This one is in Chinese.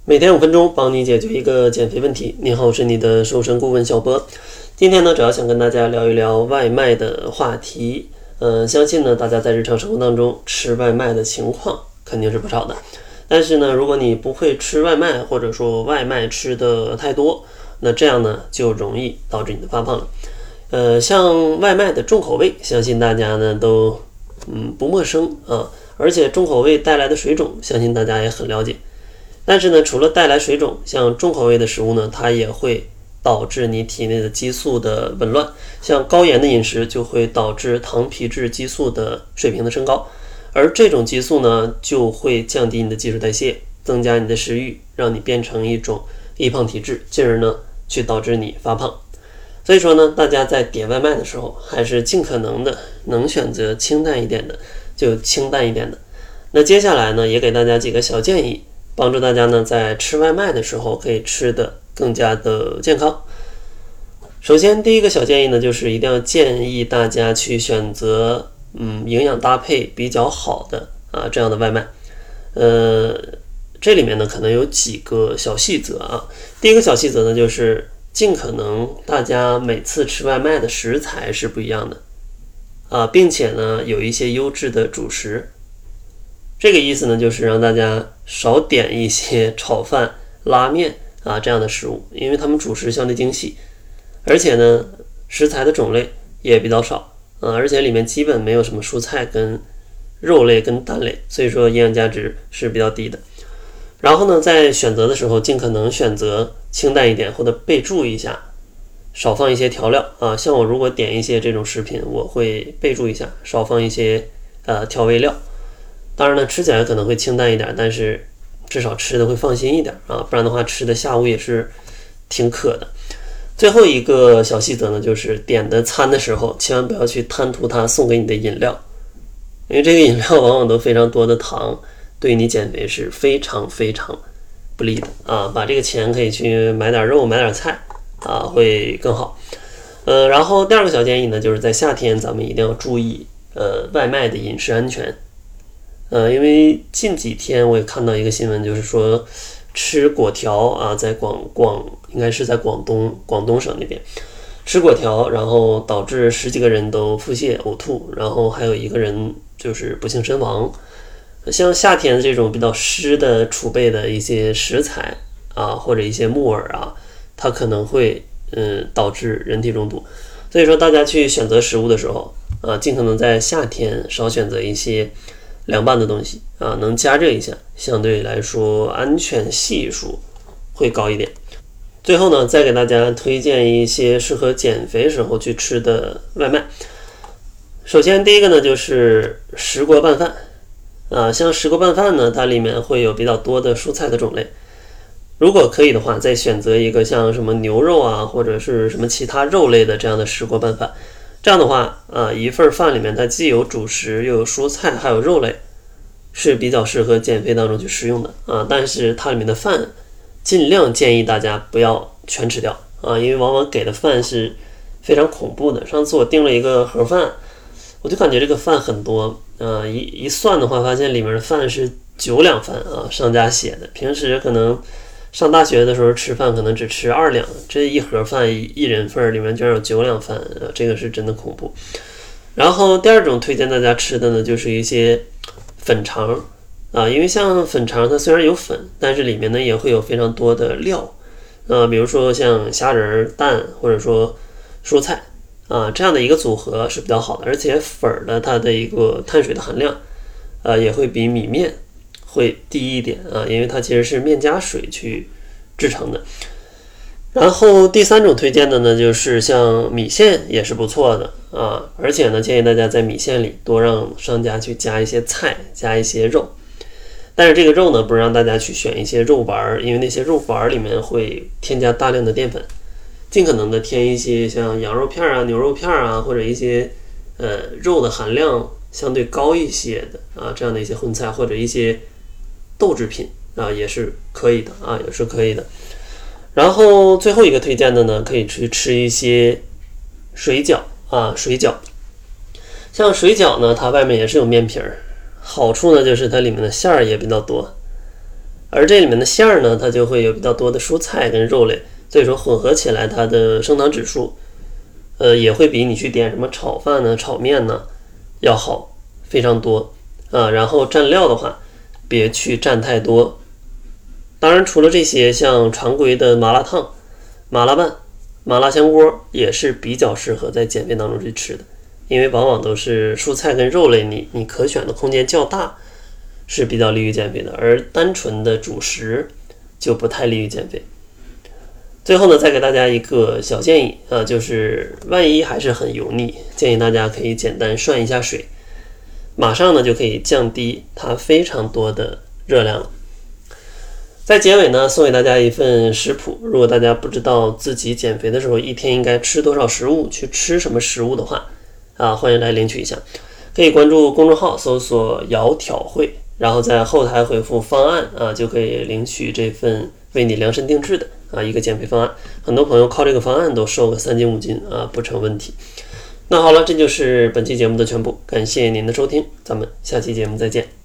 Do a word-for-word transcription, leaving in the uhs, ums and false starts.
每天五分钟，帮你解决一个减肥问题。你好，我是你的瘦身顾问小波。今天呢，主要想跟大家聊一聊外卖的话题。嗯、呃，相信呢，大家在日常生活当中吃外卖的情况肯定是不少的。但是呢，如果你不会吃外卖，或者说外卖吃的太多，那这样呢，就容易导致你的发胖了。呃，像外卖的重口味，相信大家呢都嗯不陌生啊，而且重口味带来的水肿，相信大家也很了解。但是呢，除了带来水肿，像重口味的食物呢，它也会导致你体内的激素的紊乱。像高盐的饮食就会导致糖皮质激素的水平的升高，而这种激素呢，就会降低你的基础代谢，增加你的食欲，让你变成一种易胖体质，进而呢，去导致你发胖。所以说呢，大家在点外卖的时候，还是尽可能的能选择清淡一点的，就清淡一点的。那接下来呢，也给大家几个小建议，帮助大家呢在吃外卖的时候可以吃得更加的健康。首先，第一个小建议呢，就是一定要建议大家去选择嗯营养搭配比较好的啊这样的外卖。呃，这里面呢可能有几个小细则啊。第一个小细则呢，就是尽可能大家每次吃外卖的食材是不一样的啊，并且呢有一些优质的主食。这个意思呢，就是让大家少点一些炒饭、拉面啊这样的食物，因为它们主食相对精细，而且呢食材的种类也比较少啊，而且里面基本没有什么蔬菜跟肉类跟蛋类，所以说营养价值是比较低的。然后呢，在选择的时候，尽可能选择清淡一点，或者备注一下，少放一些调料啊。像我如果点一些这种食品，我会备注一下，少放一些呃调味料。当然呢，吃起来可能会清淡一点，但是至少吃的会放心一点啊，不然的话吃的下午也是挺渴的。最后一个小细则呢，就是点的餐的时候，千万不要去贪图他送给你的饮料，因为这个饮料往往都非常多的糖，对你减肥是非常非常不利的啊。把这个钱可以去买点肉，买点菜啊，会更好。呃，然后第二个小建议呢，就是在夏天咱们一定要注意呃外卖的饮食安全。呃，因为近几天我也看到一个新闻，就是说吃果条啊，在广广应该是在广东广东省那边吃果条，然后导致十几个人都腹泻呕吐，然后还有一个人就是不幸身亡。像夏天这种比较湿的储备的一些食材啊，或者一些木耳啊，它可能会嗯导致人体中毒。所以说大家去选择食物的时候啊，尽可能在夏天少选择一些凉拌的东西啊，能加热一下，相对来说安全系数会高一点。最后呢，再给大家推荐一些适合减肥时候去吃的外卖。首先第一个呢，就是石锅拌饭啊，像石锅拌饭呢，它里面会有比较多的蔬菜的种类。如果可以的话，再选择一个像什么牛肉啊，或者是什么其他肉类的这样的石锅拌饭。这样的话啊，一份饭里面它既有主食，又有蔬菜，还有肉类，是比较适合减肥当中去食用的啊。但是它里面的饭尽量建议大家不要全吃掉啊，因为往往给的饭是非常恐怖的。上次我订了一个盒饭，我就感觉这个饭很多啊，一一算的话，发现里面的饭是九两饭啊，商家写的。平时可能上大学的时候吃饭可能只吃二两，这一盒饭一人份里面居然有九两饭啊，这个是真的恐怖。然后第二种推荐大家吃的呢，就是一些粉肠啊，因为像粉肠它虽然有粉，但是里面呢也会有非常多的料啊，比如说像虾仁、蛋或者说蔬菜啊，这样的一个组合是比较好的。而且粉的它的一个碳水的含量啊也会比米面会低一点啊，因为它其实是面加水去制成的。然后第三种推荐的呢，就是像米线也是不错的啊，而且呢，建议大家在米线里多让商家去加一些菜，加一些肉。但是这个肉呢，不是让大家去选一些肉丸，因为那些肉丸里面会添加大量的淀粉，尽可能的添一些像羊肉片啊、牛肉片啊，或者一些呃肉的含量相对高一些的啊，这样的一些荤菜，或者一些豆制品啊，也是可以的啊，也是可以的。然后最后一个推荐的呢，可以去吃一些水饺啊，水饺。像水饺呢，它外面也是有面皮儿，好处呢就是它里面的馅儿也比较多而这里面的馅儿呢，它就会有比较多的蔬菜跟肉类，所以说混合起来它的升糖指数呃，也会比你去点什么炒饭呢、炒面呢要好非常多啊。然后蘸料的话，别去蘸太多。当然，除了这些，像常规的麻辣烫、麻辣拌、麻辣香锅也是比较适合在减肥当中去吃的，因为往往都是蔬菜跟肉类你，你可选的空间较大，是比较利于减肥的，而单纯的主食就不太利于减肥。最后呢，再给大家一个小建议啊，就是万一还是很油腻，建议大家可以简单涮一下水，马上呢就可以降低它非常多的热量了。在结尾呢，送给大家一份食谱，如果大家不知道自己减肥的时候一天应该吃多少食物，去吃什么食物的话啊，欢迎来领取一下。可以关注公众号搜索窈窕会，然后在后台回复方案啊，就可以领取这份为你量身定制的啊一个减肥方案。很多朋友靠这个方案都瘦个三斤五斤啊，不成问题。那好了，这就是本期节目的全部，感谢您的收听，咱们下期节目再见。